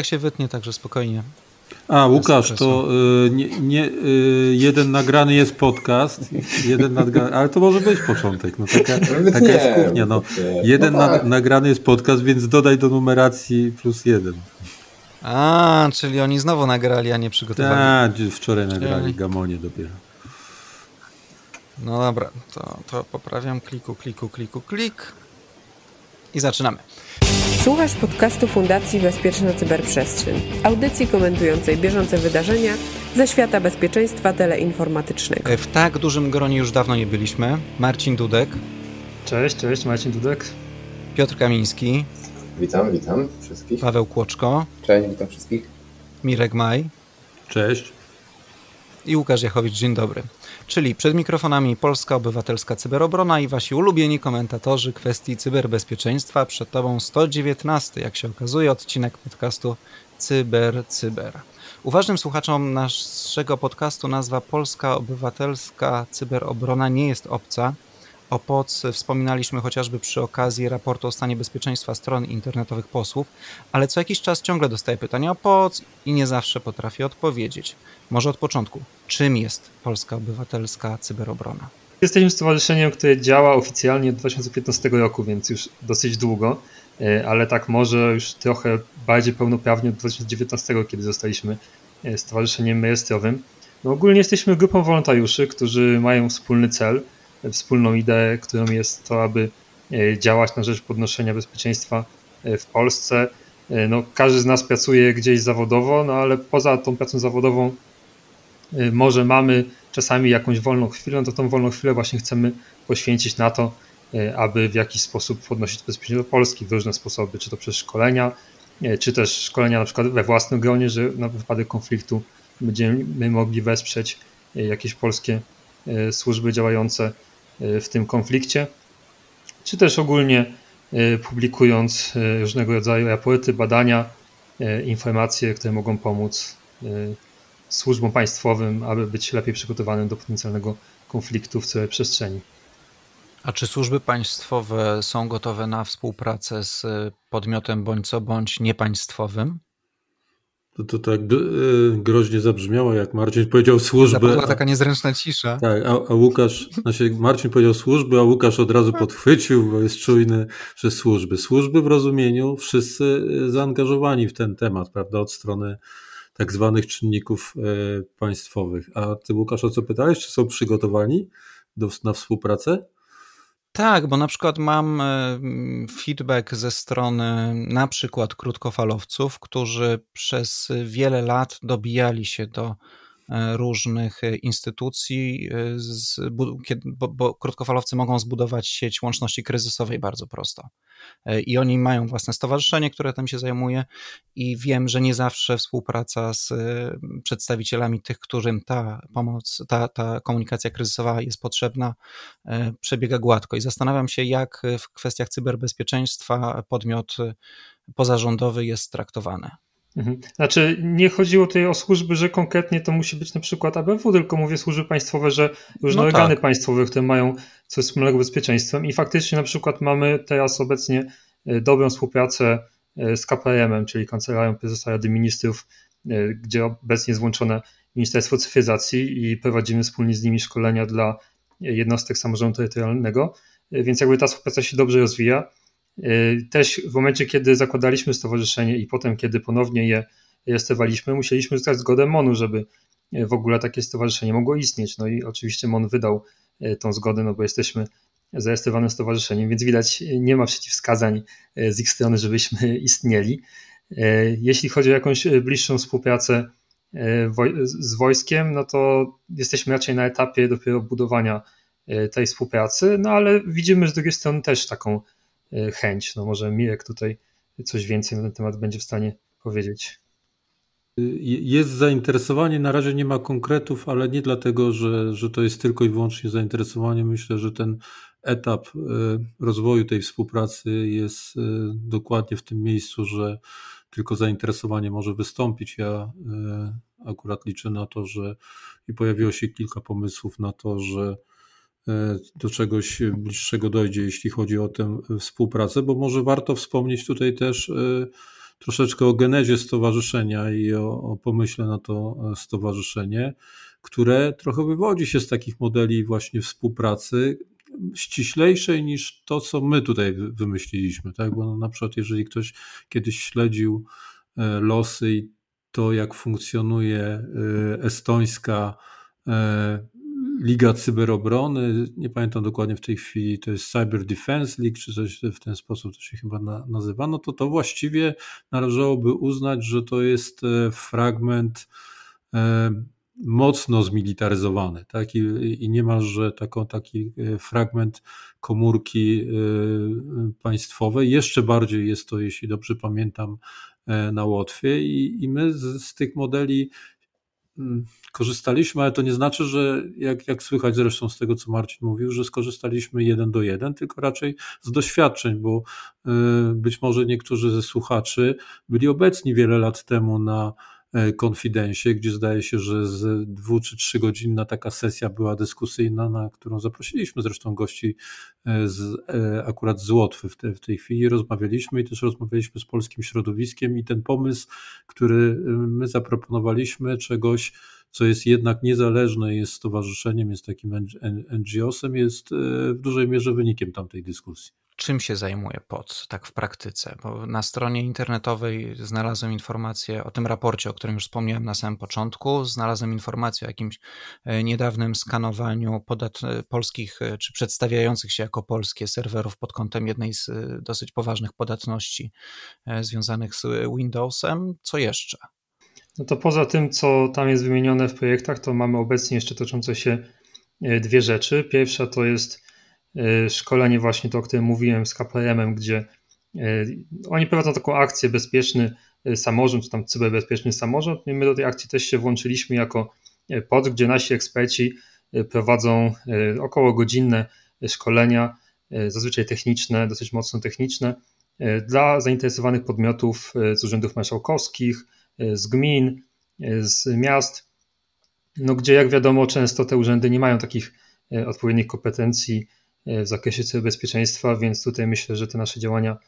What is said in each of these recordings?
się wytnie, także spokojnie. A Łukasz, to jeden nagrany jest podcast, ale to może być początek. No, taka jest kuchnia. No. Nagrany jest podcast, więc dodaj do numeracji +1. Czyli oni znowu nagrali, a nie przygotowali. Wczoraj nagrali, gamonie dopiero. No dobra, to poprawiam, klik i zaczynamy. Słuchasz podcastu Fundacji Bezpieczna Cyberprzestrzeń, audycji komentującej bieżące wydarzenia ze świata bezpieczeństwa teleinformatycznego. W tak dużym gronie już dawno nie byliśmy. Marcin Dudek. Cześć, Marcin Dudek. Piotr Kamiński. Witam wszystkich. Paweł Kłoczko. Cześć, witam wszystkich. Mirek Maj. Cześć. I Łukasz Jachowicz, dzień dobry. Czyli przed mikrofonami Polska Obywatelska Cyberobrona i wasi ulubieni komentatorzy kwestii cyberbezpieczeństwa. Przed tobą 119, jak się okazuje, odcinek podcastu Cyber. Uważnym słuchaczom naszego podcastu nazwa Polska Obywatelska Cyberobrona nie jest obca. O POC wspominaliśmy chociażby przy okazji raportu o stanie bezpieczeństwa stron internetowych posłów, ale co jakiś czas ciągle dostaję pytania o POC i nie zawsze potrafię odpowiedzieć. Może od początku. Czym jest Polska Obywatelska Cyberobrona? Jesteśmy stowarzyszeniem, które działa oficjalnie od 2015 roku, więc już dosyć długo, ale tak może już trochę bardziej pełnoprawnie od 2019, kiedy zostaliśmy stowarzyszeniem rejestrowym. No ogólnie jesteśmy grupą wolontariuszy, którzy mają wspólny cel, wspólną ideę, którą jest to, aby działać na rzecz podnoszenia bezpieczeństwa w Polsce. No, każdy z nas pracuje gdzieś zawodowo, no ale poza tą pracą zawodową może mamy czasami jakąś wolną chwilę, to tą wolną chwilę właśnie chcemy poświęcić na to, aby w jakiś sposób podnosić bezpieczeństwo Polski w różne sposoby, czy to przez szkolenia, czy też szkolenia na przykład we własnym gronie, że na wypadek konfliktu będziemy mogli wesprzeć jakieś polskie służby działające w tym konflikcie, czy też ogólnie publikując różnego rodzaju raporty, badania, informacje, które mogą pomóc służbom państwowym, aby być lepiej przygotowanym do potencjalnego konfliktu w całej przestrzeni. A czy służby państwowe są gotowe na współpracę z podmiotem bądź niepaństwowym? To tak groźnie zabrzmiało, jak Marcin powiedział służby. Zapadła taka niezręczna cisza. Tak, a Łukasz, Marcin powiedział służby, a Łukasz od razu podchwycił, bo jest czujny, że służby. Służby w rozumieniu wszyscy zaangażowani w ten temat, prawda, od strony tak zwanych czynników państwowych. A ty, Łukasz, o co pytałeś? Czy są przygotowani na współpracę? Tak, bo na przykład mam feedback ze strony na przykład krótkofalowców, którzy przez wiele lat dobijali się do różnych instytucji, bo krótkofalowcy mogą zbudować sieć łączności kryzysowej bardzo prosto. I oni mają własne stowarzyszenie, które tym się zajmuje i wiem, że nie zawsze współpraca z przedstawicielami tych, którym ta pomoc, ta komunikacja kryzysowa jest potrzebna, przebiega gładko. I zastanawiam się, jak w kwestiach cyberbezpieczeństwa podmiot pozarządowy jest traktowany. Znaczy nie chodziło tutaj o służby, że konkretnie to musi być na przykład ABW, tylko mówię służby państwowe, że różne organy państwowe, które mają coś wspólnego z bezpieczeństwem i faktycznie na przykład mamy teraz obecnie dobrą współpracę z KPRM-em, czyli Kancelarią Prezesa Rady Ministrów, gdzie obecnie jest włączone Ministerstwo Cyfryzacji i prowadzimy wspólnie z nimi szkolenia dla jednostek samorządu terytorialnego, więc jakby ta współpraca się dobrze rozwija. Też w momencie, kiedy zakładaliśmy stowarzyszenie i potem, kiedy ponownie je rejestrowaliśmy, musieliśmy uzyskać zgodę MON-u, żeby w ogóle takie stowarzyszenie mogło istnieć. No i oczywiście MON wydał tą zgodę, no bo jesteśmy zarejestrowanym stowarzyszeniem, więc widać, nie ma przeciwwskazań z ich strony, żebyśmy istnieli. Jeśli chodzi o jakąś bliższą współpracę z wojskiem, no to jesteśmy raczej na etapie dopiero budowania tej współpracy, no ale widzimy z drugiej strony też taką chęć. No może Mirek tutaj coś więcej na ten temat będzie w stanie powiedzieć. Jest zainteresowanie, na razie nie ma konkretów, ale nie dlatego, że to jest tylko i wyłącznie zainteresowanie. Myślę, że ten etap rozwoju tej współpracy jest dokładnie w tym miejscu, że tylko zainteresowanie może wystąpić. Ja akurat liczę na to, że i pojawiło się kilka pomysłów na to, że do czegoś bliższego dojdzie, jeśli chodzi o tę współpracę, bo może warto wspomnieć tutaj też troszeczkę o genezie stowarzyszenia i o pomyśle na to stowarzyszenie, które trochę wywodzi się z takich modeli właśnie współpracy, ściślejszej niż to, co my tutaj wymyśliliśmy, tak? Bo na przykład jeżeli ktoś kiedyś śledził losy i to, jak funkcjonuje estońska Liga Cyberobrony, nie pamiętam dokładnie w tej chwili, to jest Cyber Defense League, czy coś w ten sposób to się chyba nazywa, no to właściwie należałoby uznać, że to jest fragment mocno zmilitaryzowany, tak? I niemalże taki fragment komórki państwowej. Jeszcze bardziej jest to, jeśli dobrze pamiętam, na Łotwie i my z tych modeli korzystaliśmy, ale to nie znaczy, że jak słychać zresztą z tego, co Marcin mówił, że skorzystaliśmy 1:1, tylko raczej z doświadczeń, bo być może niektórzy ze słuchaczy byli obecni wiele lat temu na Konfidensie, gdzie zdaje się, że z 2 czy 3 godzinna taka sesja była dyskusyjna, na którą zaprosiliśmy zresztą gości akurat z Łotwy w tej chwili. Rozmawialiśmy i też rozmawialiśmy z polskim środowiskiem i ten pomysł, który my zaproponowaliśmy, czegoś, co jest jednak niezależne, jest stowarzyszeniem, jest takim NGO-sem, jest w dużej mierze wynikiem tamtej dyskusji. Czym się zajmuje POC tak w praktyce? Bo na stronie internetowej znalazłem informację o tym raporcie, o którym już wspomniałem na samym początku. Znalazłem informację o jakimś niedawnym skanowaniu polskich, czy przedstawiających się jako polskie serwerów pod kątem jednej z dosyć poważnych podatności związanych z Windowsem. Co jeszcze? No to poza tym, co tam jest wymienione w projektach, to mamy obecnie jeszcze toczące się 2 rzeczy. Pierwsza to jest szkolenie właśnie to, o którym mówiłem z KPRM-em, gdzie oni prowadzą taką akcję Bezpieczny Samorząd, czy tam Cyberbezpieczny Samorząd. I my do tej akcji też się włączyliśmy jako POC, gdzie nasi eksperci prowadzą około godzinne szkolenia, zazwyczaj techniczne, dosyć mocno techniczne, dla zainteresowanych podmiotów z urzędów marszałkowskich, z gmin, z miast, no gdzie jak wiadomo często te urzędy nie mają takich odpowiednich kompetencji w zakresie cyberbezpieczeństwa, więc tutaj myślę, że te nasze działania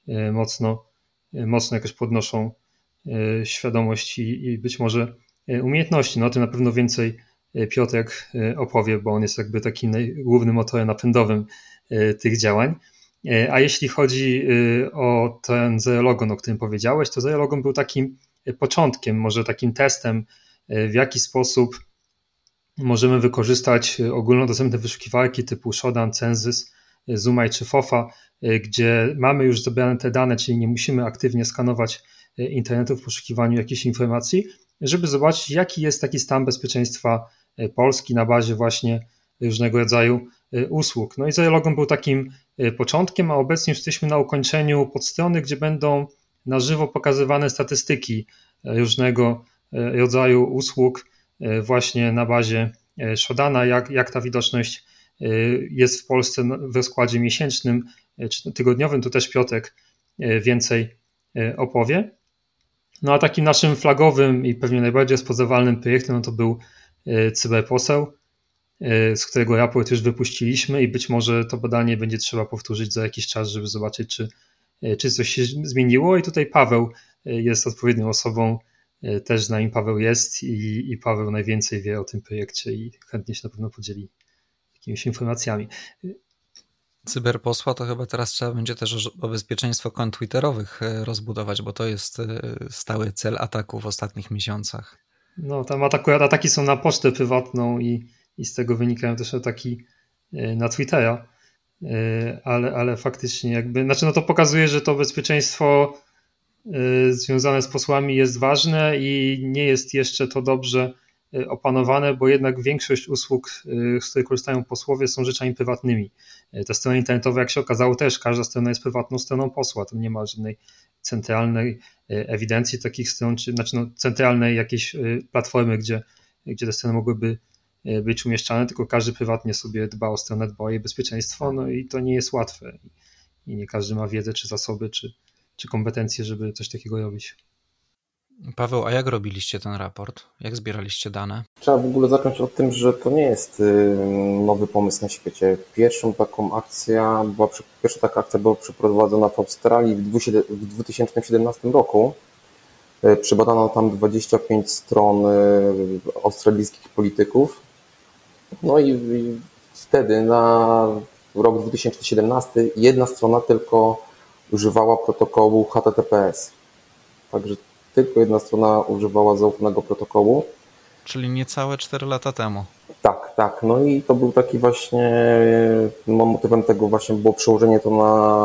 mocno jakoś podnoszą świadomość i być może umiejętności. No o tym na pewno więcej Piotrek opowie, bo on jest jakby takim głównym motorem napędowym tych działań. A jeśli chodzi o ten Zero Logon, o którym powiedziałeś, to Zero Logon był takim początkiem, może takim testem, w jaki sposób możemy wykorzystać ogólnodostępne wyszukiwarki typu Shodan, Censys, Zoomai czy FOFA, gdzie mamy już zebrane te dane, czyli nie musimy aktywnie skanować internetu w poszukiwaniu jakichś informacji, żeby zobaczyć, jaki jest taki stan bezpieczeństwa Polski na bazie właśnie różnego rodzaju usług. No i Zero Logon był takim początkiem, a obecnie już jesteśmy na ukończeniu podstrony, gdzie będą na żywo pokazywane statystyki różnego rodzaju usług właśnie na bazie Shodana, jak ta widoczność jest w Polsce w rozkładzie miesięcznym czy tygodniowym, to też Piotrek więcej opowie. No a takim naszym flagowym i pewnie najbardziej rozpoznawalnym projektem no to był Cyberposeł, z którego raport już wypuściliśmy i być może to badanie będzie trzeba powtórzyć za jakiś czas, żeby zobaczyć, czy coś się zmieniło. I tutaj Paweł jest odpowiednią osobą, też z nami Paweł jest i Paweł najwięcej wie o tym projekcie i chętnie się na pewno podzieli jakimiś informacjami. Cyberposła to chyba teraz trzeba będzie też o bezpieczeństwo kont twitterowych rozbudować, bo to jest stały cel ataku w ostatnich miesiącach. No tam ataki są na pocztę prywatną i z tego wynikają też ataki na Twittera, ale faktycznie jakby, no to pokazuje, że to bezpieczeństwo związane z posłami jest ważne i nie jest jeszcze to dobrze opanowane, bo jednak większość usług, z których korzystają posłowie, są rzeczami prywatnymi. Te strony internetowe, jak się okazało, też każda strona jest prywatną stroną posła, tam nie ma żadnej centralnej ewidencji takich stron, centralnej jakiejś platformy, gdzie te strony mogłyby być umieszczane, tylko każdy prywatnie sobie dba o stronę, dba o jej bezpieczeństwo, no i to nie jest łatwe i nie każdy ma wiedzę, czy zasoby, czy kompetencje, żeby coś takiego robić. Paweł, a jak robiliście ten raport? Jak zbieraliście dane? Trzeba w ogóle zacząć od tym, że to nie jest nowy pomysł na świecie. Pierwsza taka akcja była przeprowadzona w Australii w 2017 roku. Przebadano tam 25 stron australijskich polityków. No i wtedy na rok 2017 jedna strona tylko używała protokołu HTTPS. Także tylko jedna strona używała zaufanego protokołu. Czyli niecałe 4 lata temu. Tak. No i to był taki właśnie, motywem tego właśnie było przełożenie to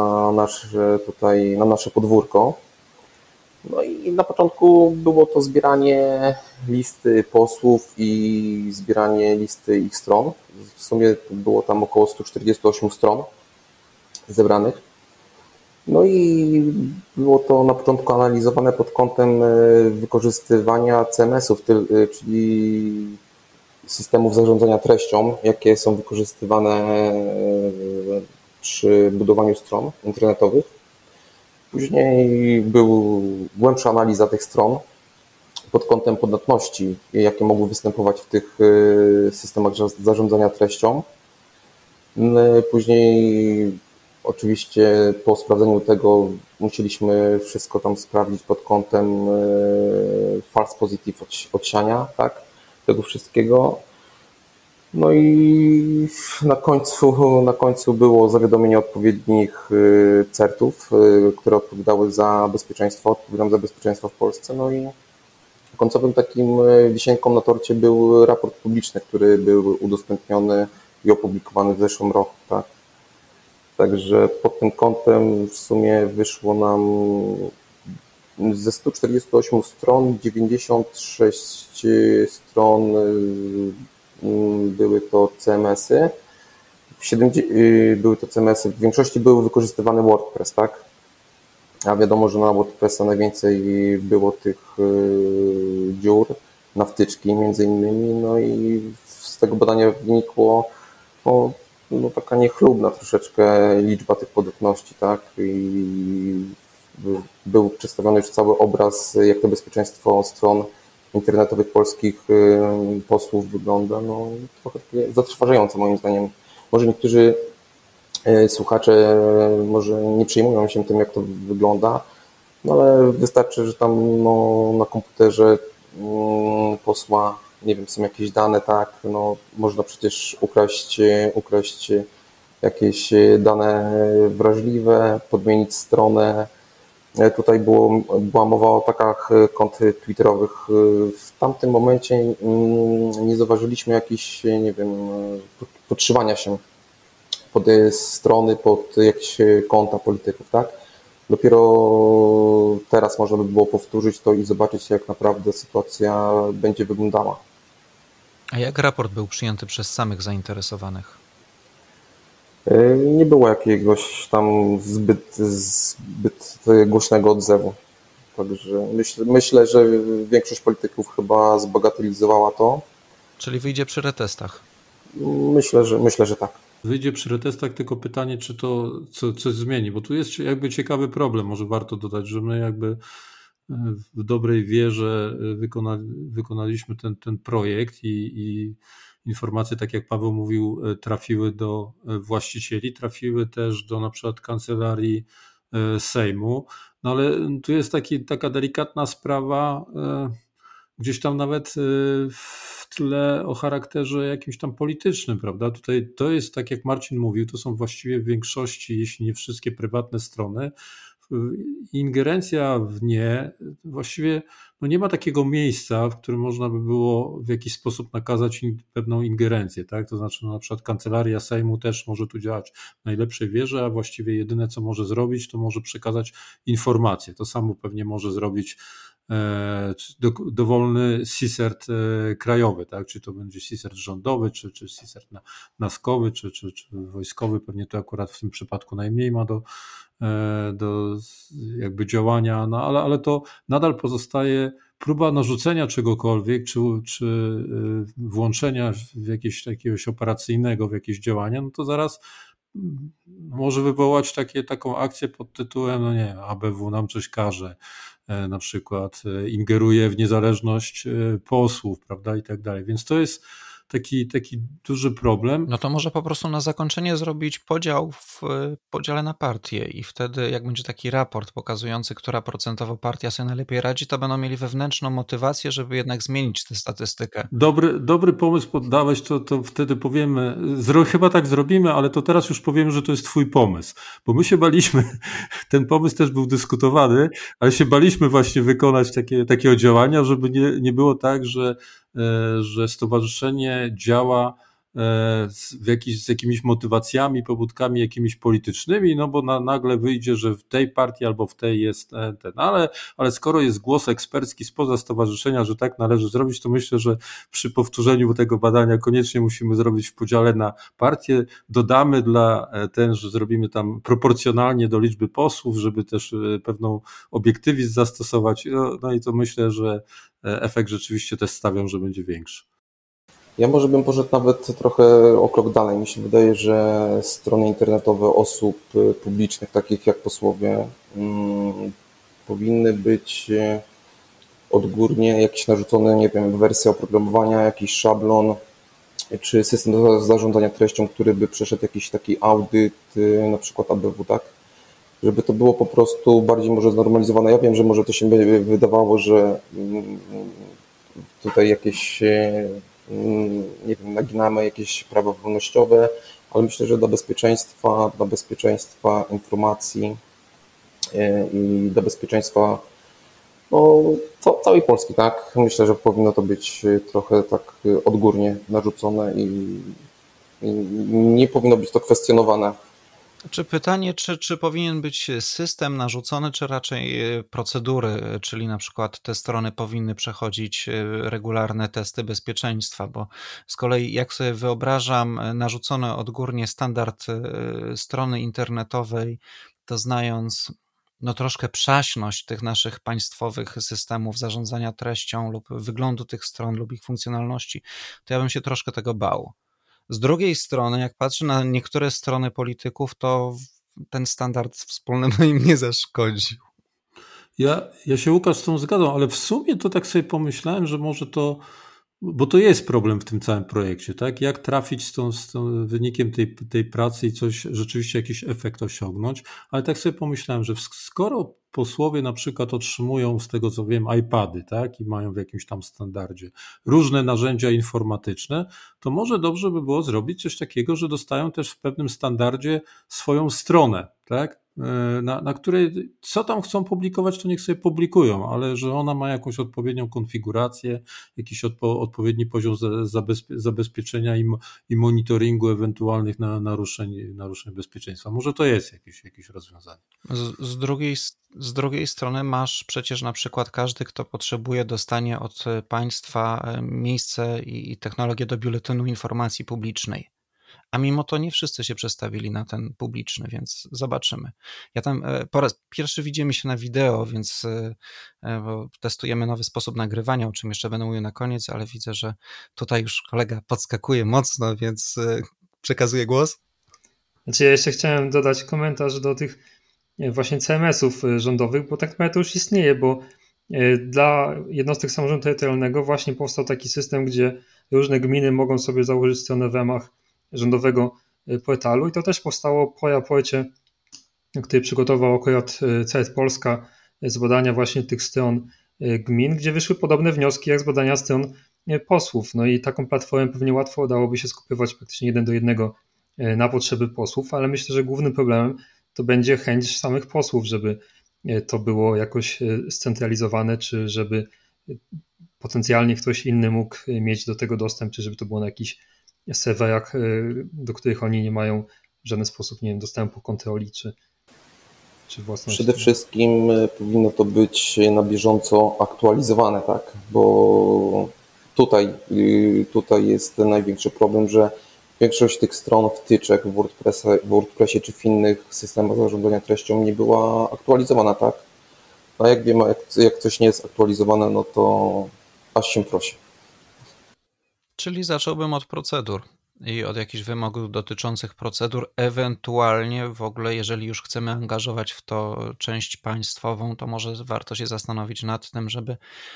na nasze podwórko. No i na początku było to zbieranie listy posłów i zbieranie listy ich stron. W sumie było tam około 148 stron zebranych. No i było to na początku analizowane pod kątem wykorzystywania CMS-ów, czyli systemów zarządzania treścią, jakie są wykorzystywane przy budowaniu stron internetowych. Później była głębsza analiza tych stron pod kątem podatności, jakie mogły występować w tych systemach zarządzania treścią. Później oczywiście po sprawdzeniu tego musieliśmy wszystko tam sprawdzić pod kątem false positive odsiania, tak, tego wszystkiego. No i na końcu było zawiadomienie odpowiednich CERT-ów, które odpowiadały za bezpieczeństwo, odpowiadam za bezpieczeństwo w Polsce. No i końcowym takim wisienką na torcie był raport publiczny, który był udostępniony i opublikowany w zeszłym roku, tak. Także pod tym kątem w sumie wyszło nam ze 148 stron, 96 stron były to CMS-y. W większości były wykorzystywane WordPress, tak? A wiadomo, że na WordPressa najwięcej było tych dziur na wtyczki między innymi, no i z tego badania wynikło taka niechlubna troszeczkę liczba tych podatności, tak? I był przedstawiony już cały obraz, jak to bezpieczeństwo stron internetowych polskich posłów wygląda. No, trochę zatrważające moim zdaniem. Może niektórzy słuchacze może nie przejmują się tym, jak to wygląda, no ale wystarczy, że tam na komputerze posła, nie wiem, są jakieś dane, tak, no można przecież ukraść jakieś dane wrażliwe, podmienić stronę. Tutaj była mowa o atakach kont twitterowych. W tamtym momencie nie zauważyliśmy jakichś, nie wiem, podszywania się pod strony, pod jakieś konta polityków, tak? Dopiero teraz można by było powtórzyć to i zobaczyć, jak naprawdę sytuacja będzie wyglądała. A jak raport był przyjęty przez samych zainteresowanych? Nie było jakiegoś tam zbyt głośnego odzewu. Także myślę, że większość polityków chyba zbagatelizowała to. Czyli wyjdzie przy retestach? Myślę, że tak. Wyjdzie przy retestach, tylko pytanie, czy to coś zmieni, bo tu jest jakby ciekawy problem, może warto dodać, że my jakby w dobrej wierze wykonaliśmy ten projekt i informacje, tak jak Paweł mówił, trafiły do właścicieli, trafiły też do na przykład kancelarii Sejmu, no ale tu jest taka delikatna sprawa, gdzieś tam nawet w tle o charakterze jakimś tam politycznym, prawda? Tutaj to jest, tak jak Marcin mówił, to są właściwie w większości, jeśli nie wszystkie, prywatne strony. Ingerencja w nie właściwie nie ma takiego miejsca, w którym można by było w jakiś sposób nakazać pewną ingerencję, tak? To znaczy na przykład kancelaria Sejmu też może tu działać w najlepszej wierze, a właściwie jedyne co może zrobić, to może przekazać informacje. To samo pewnie może zrobić dowolny CSIRT krajowy, tak? Czy to będzie CSIRT rządowy, czy CSIRT naskowy, czy wojskowy, pewnie to akurat w tym przypadku najmniej ma do jakby działania, no ale to nadal pozostaje próba narzucenia czegokolwiek, czy włączenia w jakiegoś operacyjnego, w jakieś działania, no to zaraz może wywołać taką akcję pod tytułem, no nie, ABW nam coś każe, na przykład ingeruje w niezależność posłów, prawda, i tak dalej. Więc to jest taki duży problem. No to może po prostu na zakończenie zrobić podział w podziale na partie i wtedy jak będzie taki raport pokazujący, która procentowo partia sobie najlepiej radzi, to będą mieli wewnętrzną motywację, żeby jednak zmienić tę statystykę. Dobry pomysł poddałeś, to wtedy powiemy, chyba tak zrobimy, ale to teraz już powiemy, że to jest twój pomysł, bo my się baliśmy, ten pomysł też był dyskutowany, ale się baliśmy właśnie wykonać takiego działania, żeby nie było tak, że stowarzyszenie działa z jakimiś motywacjami, pobudkami jakimiś politycznymi, no bo nagle wyjdzie, że w tej partii albo w tej jest ten, ale skoro jest głos ekspercki spoza stowarzyszenia, że tak należy zrobić, to myślę, że przy powtórzeniu tego badania koniecznie musimy zrobić w podziale na partie, dodamy że zrobimy tam proporcjonalnie do liczby posłów, żeby też pewną obiektywizm zastosować, no i to myślę, że efekt rzeczywiście też stawiam, że będzie większy. Ja może bym poszedł nawet trochę o krok dalej. Mi się wydaje, że strony internetowe osób publicznych, takich jak posłowie, powinny być odgórnie jakiś narzucony, nie wiem, wersja oprogramowania, jakiś szablon, czy system do zarządzania treścią, który by przeszedł jakiś taki audyt, na przykład ABW, tak? Żeby to było po prostu bardziej może znormalizowane. Ja wiem, że może to się by wydawało, że tutaj jakieś, nie wiem, naginamy jakieś prawa wolnościowe, ale myślę, że dla bezpieczeństwa informacji i dla bezpieczeństwa całej Polski, tak? Myślę, że powinno to być trochę tak odgórnie narzucone i nie powinno być to kwestionowane. Czy pytanie, czy powinien być system narzucony, czy raczej procedury, czyli na przykład te strony powinny przechodzić regularne testy bezpieczeństwa, bo z kolei jak sobie wyobrażam narzucony odgórnie standard strony internetowej, to znając troszkę przaśność tych naszych państwowych systemów zarządzania treścią lub wyglądu tych stron lub ich funkcjonalności, to ja bym się troszkę tego bał. Z drugiej strony, jak patrzę na niektóre strony polityków, to ten standard wspólny im nie zaszkodził. Ja się, Łukasz, z tą zgadzam, ale w sumie to tak sobie pomyślałem, że może to, bo to jest problem w tym całym projekcie, tak? Jak trafić z tą wynikiem tej pracy i coś, rzeczywiście jakiś efekt osiągnąć, ale tak sobie pomyślałem, że skoro posłowie na przykład otrzymują, z tego co wiem, iPady, tak? I mają w jakimś tam standardzie różne narzędzia informatyczne, to może dobrze by było zrobić coś takiego, że dostają też w pewnym standardzie swoją stronę, tak? Na której co tam chcą publikować, to niech sobie publikują, ale że ona ma jakąś odpowiednią konfigurację, jakiś odpowiedni poziom zabezpieczenia i monitoringu ewentualnych naruszeń bezpieczeństwa. Może to jest jakieś rozwiązanie. Z drugiej strony masz przecież na przykład każdy, kto potrzebuje, dostanie od państwa miejsce i technologię do biuletynu informacji publicznej. A mimo to nie wszyscy się przestawili na ten publiczny, więc zobaczymy. Ja tam po raz pierwszy widzimy się na wideo, więc bo testujemy nowy sposób nagrywania, o czym jeszcze będę mówił na koniec, ale widzę, że tutaj już kolega podskakuje mocno, więc przekazuję głos. Znaczy ja jeszcze chciałem dodać komentarz do tych właśnie CMS-ów rządowych, bo tak naprawdę to już istnieje, bo dla jednostek samorządu terytorialnego właśnie powstał taki system, gdzie różne gminy mogą sobie założyć stronę w ramach rządowego portalu i to też powstało po raporcie, który przygotował akurat CERT Polska z badania właśnie tych stron gmin, gdzie wyszły podobne wnioski jak z badania stron posłów. No i taką platformę pewnie łatwo dałoby się skopiować praktycznie 1 do 1 na potrzeby posłów, ale myślę, że głównym problemem to będzie chęć samych posłów, żeby to było jakoś scentralizowane, czy żeby potencjalnie ktoś inny mógł mieć do tego dostęp, czy żeby to było na jakichś serwerach, do których oni nie mają w żaden sposób, nie wiem, dostępu, kontroli czy własności. Przede wszystkim powinno to być na bieżąco aktualizowane, tak? Bo tutaj jest największy problem, że większość tych stron, wtyczek w WordPressie czy w innych systemach zarządzania treścią nie była aktualizowana, tak? A jak wiemy, jak coś nie jest aktualizowane, no to aż się prosi. Czyli zacząłbym od procedur. i od jakichś wymogów dotyczących procedur, ewentualnie w ogóle, jeżeli już chcemy angażować w to część państwową, to może warto się zastanowić nad tym, żeby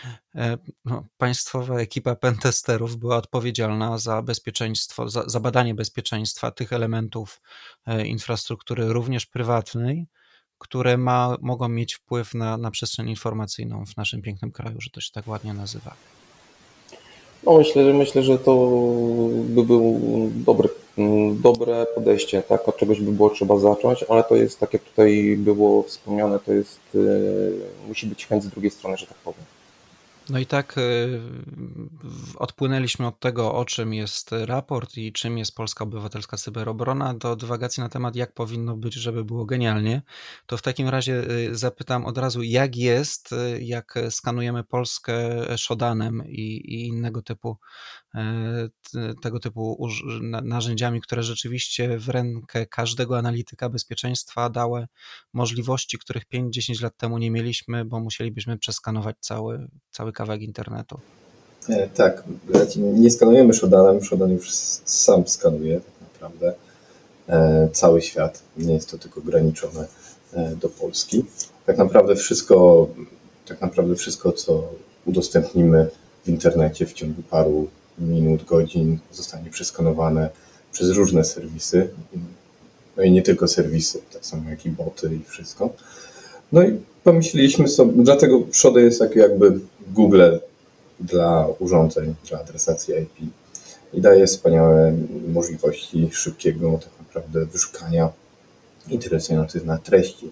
państwowa ekipa pentesterów była odpowiedzialna za bezpieczeństwo, za badanie bezpieczeństwa tych elementów infrastruktury, również prywatnej, które mogą mieć wpływ na przestrzeń informacyjną w naszym pięknym kraju, że to się tak ładnie nazywa. No myślę, że to by było dobre podejście, tak? Od czegoś by było trzeba zacząć, ale to jest, tak jak tutaj było wspomniane, to jest, musi być chęć z drugiej strony, że tak powiem. No i tak odpłynęliśmy od tego, o czym jest raport i czym jest Polska Obywatelska Cyberobrona, do dywagacji na temat, jak powinno być, żeby było genialnie. To w takim razie zapytam od razu, jak jest, jak skanujemy Polskę Shodanem i innego typu tego typu narzędziami, które rzeczywiście w rękę każdego analityka bezpieczeństwa dały możliwości, których 5-10 lat temu nie mieliśmy, bo musielibyśmy przeskanować cały kawałek internetu. Tak, nie skanujemy Shodanem, Shodan już sam skanuje tak naprawdę cały świat, nie jest to tylko ograniczone do Polski. Tak naprawdę wszystko, co udostępnimy w internecie w ciągu paru minut, godzin, zostanie przeskanowane przez różne serwisy, no i nie tylko serwisy, tak samo jak i boty i wszystko. No i pomyśleliśmy sobie, dlatego Shoda jest jakby Google dla urządzeń, dla adresacji IP i daje wspaniałe możliwości szybkiego tak naprawdę wyszukania interesujących nas treści,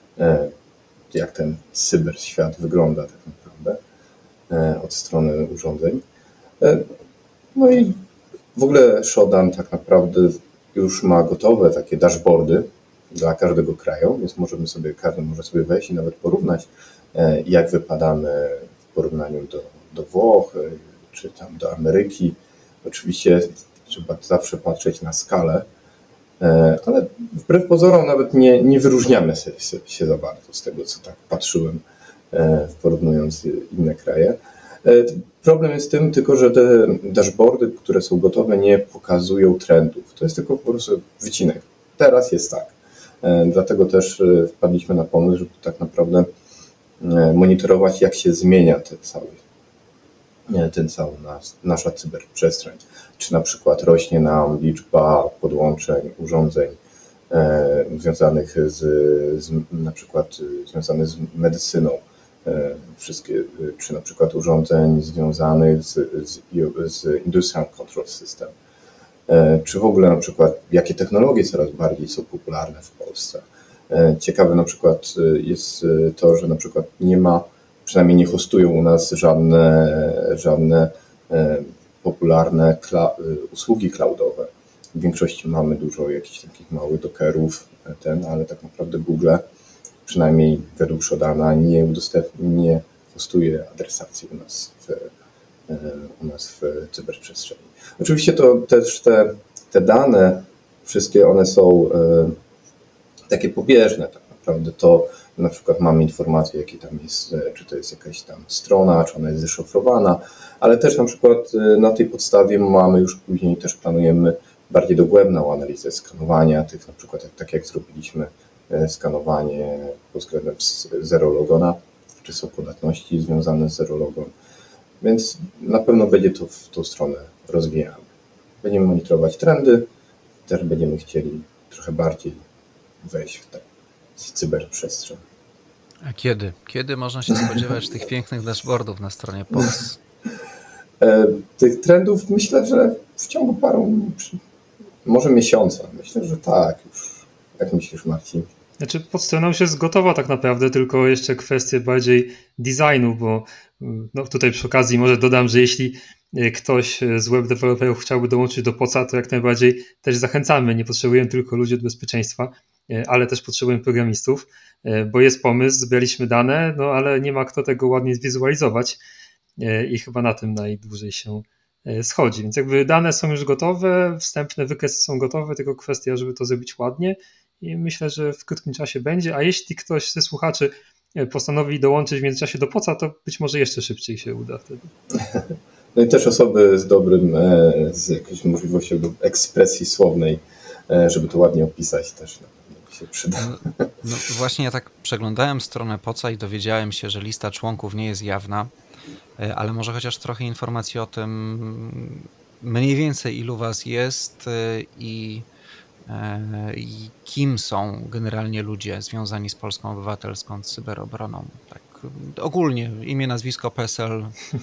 jak ten cyberświat wygląda tak naprawdę od strony urządzeń. No i w ogóle Shodan tak naprawdę już ma gotowe takie dashboardy dla każdego kraju, więc każdy może sobie wejść i nawet porównać, jak wypadamy w porównaniu do Włoch, czy tam do Ameryki. Oczywiście trzeba zawsze patrzeć na skalę, ale wbrew pozorom nawet nie wyróżniamy się za bardzo z tego, co tak patrzyłem, porównując inne kraje. Problem jest w tym tylko, że te dashboardy, które są gotowe, nie pokazują trendów. To jest tylko po prostu wycinek. Teraz jest tak. Dlatego też wpadliśmy na pomysł, żeby tak naprawdę monitorować, jak się zmienia nasza cyberprzestrzeń. Czy na przykład rośnie nam liczba podłączeń, urządzeń związanych związanych z medycyną, czy na przykład urządzeń związanych z Industrial Control System, czy w ogóle na przykład jakie technologie coraz bardziej są popularne w Polsce. Ciekawe na przykład jest to, że na przykład przynajmniej nie hostują u nas żadne popularne usługi cloudowe. W większości mamy dużo jakichś takich małych dockerów, ale tak naprawdę Google, przynajmniej według Shodana, nie hostuje adresacji u nas w cyberprzestrzeni. Oczywiście to też te dane, wszystkie one są takie pobieżne tak naprawdę. To na przykład mamy informacje, jakie tam jest, czy to jest jakaś tam strona, czy ona jest zaszyfrowana, ale też na przykład na tej podstawie mamy już później też planujemy bardziej dogłębną analizę skanowania tych, na przykład tak jak zrobiliśmy skanowanie pod względem zero logona, czy są podatności związane z zero logon. Więc na pewno będzie to w tą stronę rozwijane. Będziemy monitorować trendy, też będziemy chcieli trochę bardziej wejść w tę cyberprzestrzeń. A kiedy? Kiedy można się spodziewać tych pięknych dashboardów na stronie POS? Tych trendów myślę, że w ciągu może miesiąca. Myślę, że tak już. Jak myślisz, Marcin? Znaczy pod stroną już jest gotowa tak naprawdę, tylko jeszcze kwestie bardziej designu, bo tutaj przy okazji może dodam, że jeśli ktoś z web developerów chciałby dołączyć do POC-a, to jak najbardziej też zachęcamy. Nie potrzebujemy tylko ludzi od bezpieczeństwa, ale też potrzebujemy programistów, bo jest pomysł, zbieraliśmy dane, ale nie ma kto tego ładnie zwizualizować i chyba na tym najdłużej się schodzi. Więc jakby dane są już gotowe, wstępne wykresy są gotowe, tylko kwestia, żeby to zrobić ładnie i myślę, że w krótkim czasie będzie, a jeśli ktoś ze słuchaczy postanowi dołączyć w międzyczasie do POC-a, to być może jeszcze szybciej się uda wtedy. No i też osoby z z jakąś możliwością ekspresji słownej, żeby to ładnie opisać też się przyda. No właśnie ja tak przeglądałem stronę POC-a i dowiedziałem się, że lista członków nie jest jawna, ale może chociaż trochę informacji o tym mniej więcej ilu was jest i kim są generalnie ludzie związani z Polską Obywatelską, z cyberobroną. Tak ogólnie imię, nazwisko, PESEL.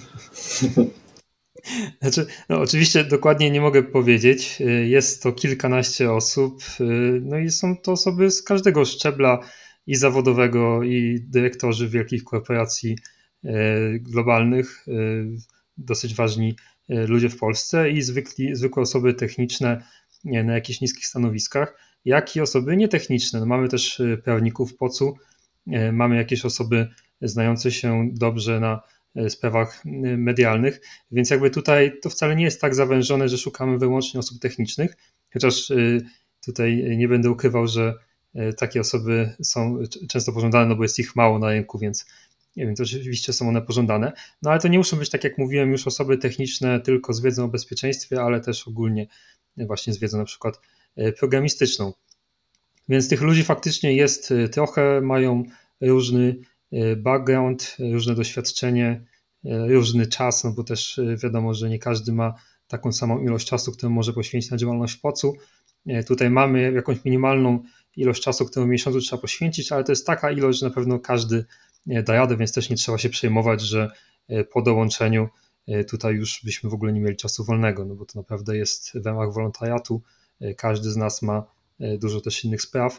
Znaczy, no oczywiście dokładnie nie mogę powiedzieć. Jest to kilkanaście osób, no i są to osoby z każdego szczebla i zawodowego, i dyrektorzy wielkich korporacji globalnych, dosyć ważni ludzie w Polsce i zwykłe osoby techniczne na jakichś niskich stanowiskach, jak i osoby nietechniczne. No mamy też prawników w POC-u, mamy jakieś osoby znające się dobrze na sprawach medialnych, więc jakby tutaj to wcale nie jest tak zawężone, że szukamy wyłącznie osób technicznych, chociaż tutaj nie będę ukrywał, że takie osoby są często pożądane, no bo jest ich mało na rynku, więc oczywiście są one pożądane, no ale to nie muszą być, tak jak mówiłem, już osoby techniczne tylko z wiedzą o bezpieczeństwie, ale też ogólnie właśnie z wiedzą na przykład programistyczną. Więc tych ludzi faktycznie jest trochę, mają różny background, różne doświadczenie, różny czas, no bo też wiadomo, że nie każdy ma taką samą ilość czasu, którą może poświęcić na działalność w POC-u. Tutaj mamy jakąś minimalną ilość czasu, którą w miesiącu trzeba poświęcić, ale to jest taka ilość, że na pewno każdy da radę, więc też nie trzeba się przejmować, że po dołączeniu tutaj już byśmy w ogóle nie mieli czasu wolnego, no bo to naprawdę jest w ramach wolontariatu, każdy z nas ma dużo też innych spraw,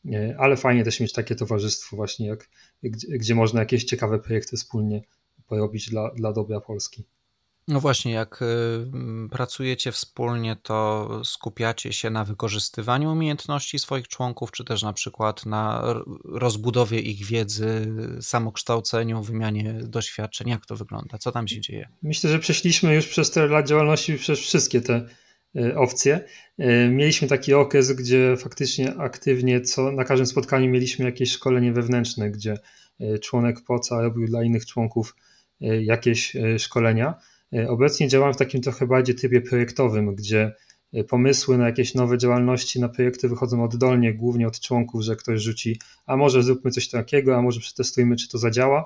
ale fajnie też mieć takie towarzystwo właśnie, gdzie można jakieś ciekawe projekty wspólnie porobić dla dobra Polski. No właśnie, jak pracujecie wspólnie, to skupiacie się na wykorzystywaniu umiejętności swoich członków, czy też na przykład na rozbudowie ich wiedzy, samokształceniu, wymianie doświadczeń? Jak to wygląda? Co tam się dzieje? Myślę, że przeszliśmy już przez te lat działalności przez wszystkie te opcje. Mieliśmy taki okres, gdzie faktycznie aktywnie na każdym spotkaniu mieliśmy jakieś szkolenie wewnętrzne, gdzie członek POC-a robił dla innych członków jakieś szkolenia. Obecnie działam w takim trochę bardziej trybie projektowym, gdzie pomysły na jakieś nowe działalności, na projekty wychodzą oddolnie, głównie od członków, że ktoś rzuci, a może zróbmy coś takiego, a może przetestujmy, czy to zadziała,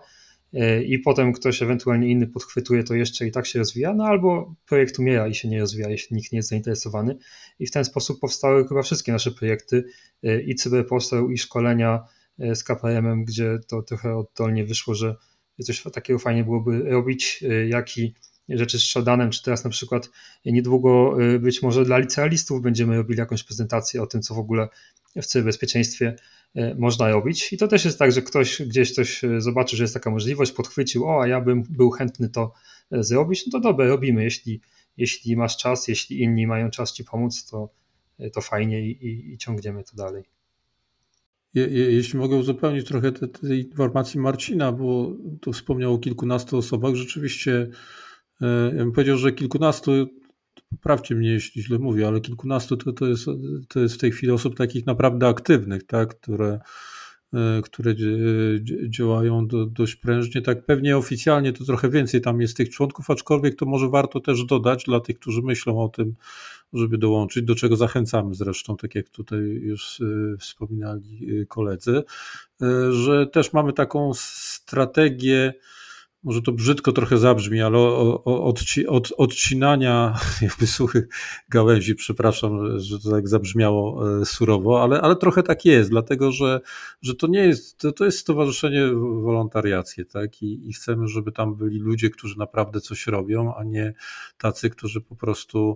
i potem ktoś ewentualnie inny podchwytuje to jeszcze i tak się rozwija, no albo projekt umiera i się nie rozwija, jeśli nikt nie jest zainteresowany, i w ten sposób powstały chyba wszystkie nasze projekty, i cyberposeł, i szkolenia z KPM-em, gdzie to trochę oddolnie wyszło, że coś takiego fajnie byłoby robić, jak i rzeczy z Shodanem, czy teraz na przykład niedługo być może dla licealistów będziemy robili jakąś prezentację o tym, co w ogóle w cyberbezpieczeństwie można robić. I to też jest tak, że ktoś gdzieś coś zobaczy, że jest taka możliwość, podchwycił, a ja bym był chętny to zrobić, no to dobra, robimy. Jeśli masz czas, jeśli inni mają czas ci pomóc, to fajnie i ciągniemy to dalej. Jeśli mogę uzupełnić trochę tej informacji Marcina, bo tu wspomniał o kilkunastu osobach, rzeczywiście ja bym powiedział, że kilkunastu, poprawcie mnie jeśli źle mówię, ale kilkunastu to jest w tej chwili osób takich naprawdę aktywnych, tak, które działają dość prężnie. Tak pewnie oficjalnie to trochę więcej tam jest tych członków, aczkolwiek to może warto też dodać dla tych, którzy myślą o tym, żeby dołączyć, do czego zachęcamy zresztą, tak jak tutaj już wspominali koledzy, że też mamy taką strategię, może to brzydko trochę zabrzmi, ale odcinania jakby suchych gałęzi, przepraszam, że to tak zabrzmiało surowo, ale trochę tak jest, dlatego że to nie jest, to jest stowarzyszenie wolontariackie, tak? I chcemy, żeby tam byli ludzie, którzy naprawdę coś robią, a nie tacy, którzy po prostu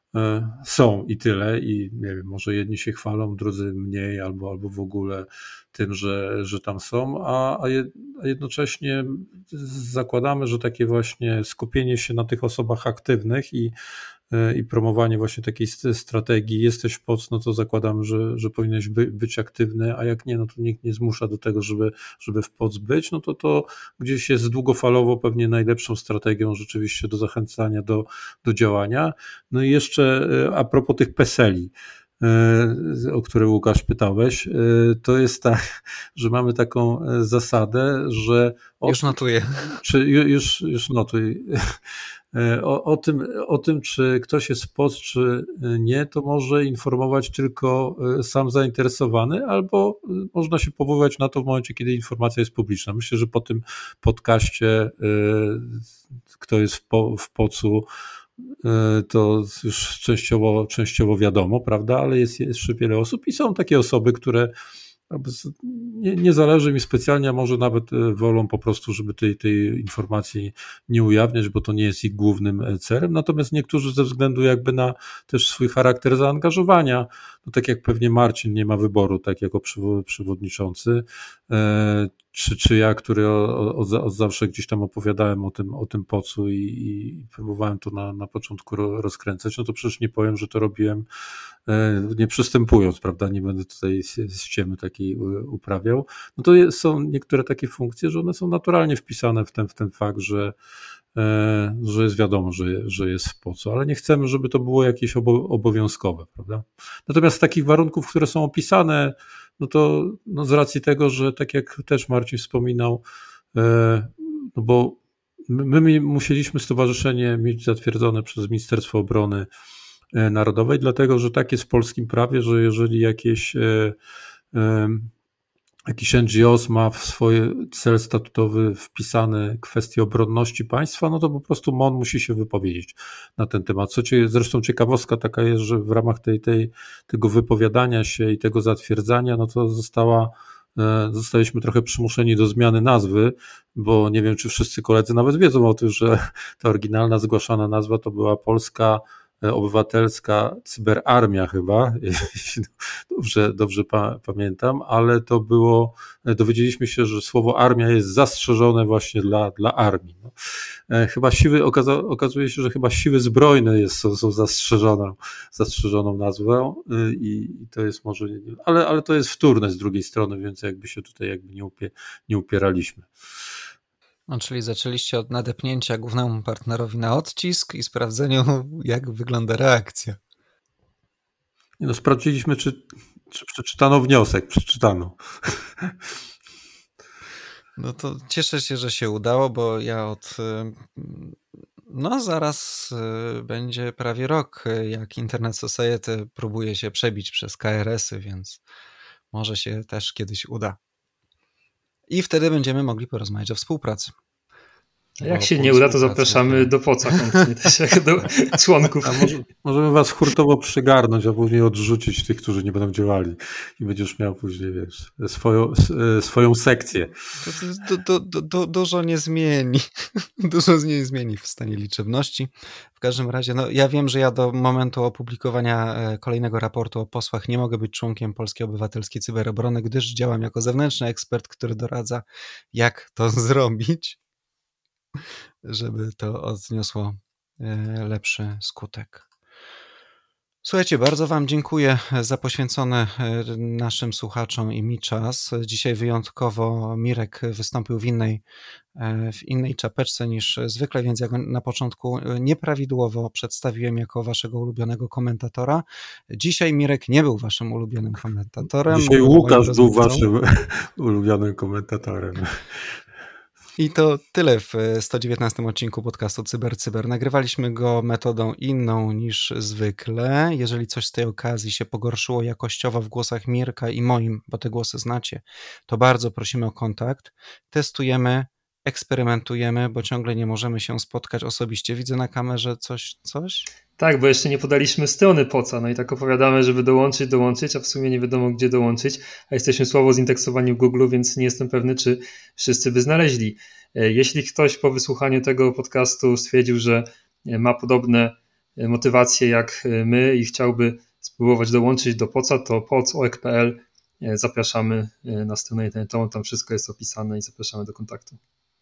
są i tyle, i nie wiem, może jedni się chwalą, drudzy mniej, albo w ogóle tym, że tam są, a jednocześnie zakładamy, że takie właśnie skupienie się na tych osobach aktywnych i promowanie właśnie takiej strategii, jesteś w POC, no to zakładam, że powinieneś być aktywny, a jak nie, no to nikt nie zmusza do tego, żeby w POC być, no to gdzieś jest długofalowo pewnie najlepszą strategią rzeczywiście do zachęcania do działania. No i jeszcze a propos tych PESEL-i, o które Łukasz pytałeś, to jest tak, że mamy taką zasadę, że... Już notuję. Już notuj. O tym, czy ktoś jest POC, czy nie, to może informować tylko sam zainteresowany, albo można się powoływać na to w momencie, kiedy informacja jest publiczna. Myślę, że po tym podcaście, kto jest w POC-u, to już częściowo wiadomo, prawda, ale jest jeszcze wiele osób i są takie osoby, które nie zależy mi specjalnie, a może nawet wolą po prostu, żeby tej informacji nie ujawniać, bo to nie jest ich głównym celem. Natomiast niektórzy ze względu jakby na też swój charakter zaangażowania, no tak jak pewnie Marcin nie ma wyboru, tak jako przewodniczący, czy ja, który od zawsze gdzieś tam opowiadałem o tym POC-u i próbowałem to na początku rozkręcać, no to przecież nie powiem, że to robiłem nie przystępując, prawda, nie będę tutaj ściemy takiej uprawiał. No to są niektóre takie funkcje, że one są naturalnie wpisane w ten fakt, że jest wiadomo, że jest w POC-u, ale nie chcemy, żeby to było jakieś obowiązkowe, prawda. Natomiast z takich warunków, które są opisane, no to z racji tego, że tak jak też Marcin wspominał, no bo my musieliśmy stowarzyszenie mieć zatwierdzone przez Ministerstwo Obrony Narodowej, dlatego że tak jest w polskim prawie, że jeżeli jakiś NGOs ma w swój cel statutowy wpisane kwestie obronności państwa, no to po prostu MON musi się wypowiedzieć na ten temat. Zresztą ciekawostka taka jest, że w ramach tego wypowiadania się i tego zatwierdzania, no to zostaliśmy trochę przymuszeni do zmiany nazwy, bo nie wiem, czy wszyscy koledzy nawet wiedzą o tym, że ta oryginalna zgłaszana nazwa to była Polska Obywatelska Cyberarmia chyba, jeśli dobrze pamiętam, ale dowiedzieliśmy się, że słowo armia jest zastrzeżone właśnie dla armii. No. Chyba okazuje się, że chyba siły zbrojne są zastrzeżoną nazwą i to jest może, ale to jest wtórne z drugiej strony, więc jakby się tutaj jakby nie upieraliśmy. No, czyli zaczęliście od nadepnięcia głównemu partnerowi na odcisk i sprawdzeniu, jak wygląda reakcja. No, sprawdziliśmy, czy przeczytano wniosek. Przeczytano. No to cieszę się, że się udało, bo ja zaraz będzie prawie rok, jak Internet Society próbuje się przebić przez KRS-y, więc może się też kiedyś uda. I wtedy będziemy mogli porozmawiać o współpracy. A jak się nie uda, to zapraszamy do POC-a chętnie też do członków. A możemy was hurtowo przygarnąć, a później odrzucić tych, którzy nie będą działali. I będziesz miał później, wiesz, swoją sekcję. Dużo nie zmieni. Dużo nie zmieni w stanie liczebności. W każdym razie, no, ja wiem, że ja do momentu opublikowania kolejnego raportu o posłach nie mogę być członkiem Polskiej Obywatelskiej Cyberobrony, gdyż działam jako zewnętrzny ekspert, który doradza, jak to zrobić, żeby to odniosło lepszy skutek. Słuchajcie, bardzo wam dziękuję za poświęcony naszym słuchaczom i mi czas. Dzisiaj wyjątkowo Mirek wystąpił w innej czapeczce niż zwykle, więc ja go na początku nieprawidłowo przedstawiłem jako waszego ulubionego komentatora. Dzisiaj Mirek nie był waszym ulubionym komentatorem. Dzisiaj Łukasz był waszym ulubionym komentatorem. I to tyle w 119 odcinku podcastu Cyber. Nagrywaliśmy go metodą inną niż zwykle. Jeżeli coś z tej okazji się pogorszyło jakościowo w głosach Mirka i moim, bo te głosy znacie, to bardzo prosimy o kontakt. Testujemy, eksperymentujemy, bo ciągle nie możemy się spotkać osobiście. Widzę na kamerze coś? Tak, bo jeszcze nie podaliśmy strony POC-a, no i tak opowiadamy, żeby dołączyć, a w sumie nie wiadomo gdzie dołączyć, a jesteśmy słabo zindeksowani w Google, więc nie jestem pewny, czy wszyscy by znaleźli. Jeśli ktoś po wysłuchaniu tego podcastu stwierdził, że ma podobne motywacje jak my i chciałby spróbować dołączyć do POC-a, to poc.org.pl, zapraszamy na stronę internetową, tam wszystko jest opisane i zapraszamy do kontaktu.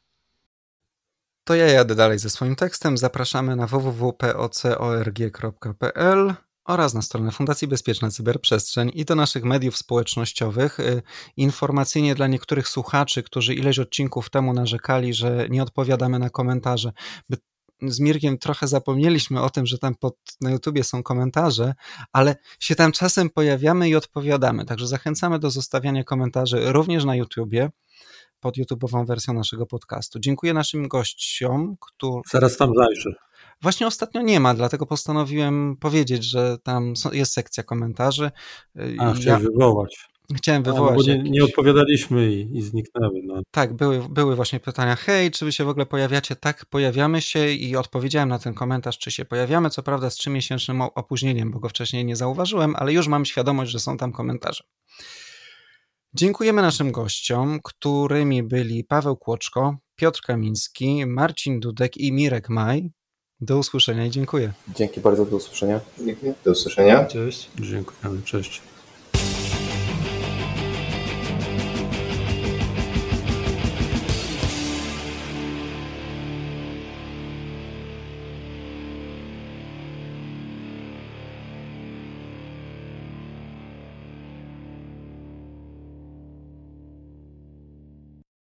To ja jadę dalej ze swoim tekstem. Zapraszamy na www.poc.org.pl oraz na stronę Fundacji Bezpieczna Cyberprzestrzeń i do naszych mediów społecznościowych. Informacyjnie dla niektórych słuchaczy, którzy ileś odcinków temu narzekali, że nie odpowiadamy na komentarze. Z Mirkiem trochę zapomnieliśmy o tym, że tam na YouTubie są komentarze, ale się tam czasem pojawiamy i odpowiadamy. Także zachęcamy do zostawiania komentarzy również na YouTubie, pod YouTube'ową wersją naszego podcastu. Dziękuję naszym gościom, Zaraz tam zajrzę. Właśnie ostatnio nie ma, dlatego postanowiłem powiedzieć, że tam jest sekcja komentarzy. Chciałem wywołać. Chciałem wywołać. Bo nie odpowiadaliśmy i zniknęły. No. Tak, były właśnie pytania, hej, czy wy się w ogóle pojawiacie? Tak, pojawiamy się i odpowiedziałem na ten komentarz, czy się pojawiamy, co prawda z 3-miesięcznym opóźnieniem, bo go wcześniej nie zauważyłem, ale już mam świadomość, że są tam komentarze. Dziękujemy naszym gościom, którymi byli Paweł Kłoczko, Piotr Kamiński, Marcin Dudek i Mirek Maj. Do usłyszenia i dziękuję. Dzięki bardzo, do usłyszenia. Do usłyszenia. Cześć. Dziękujemy, cześć.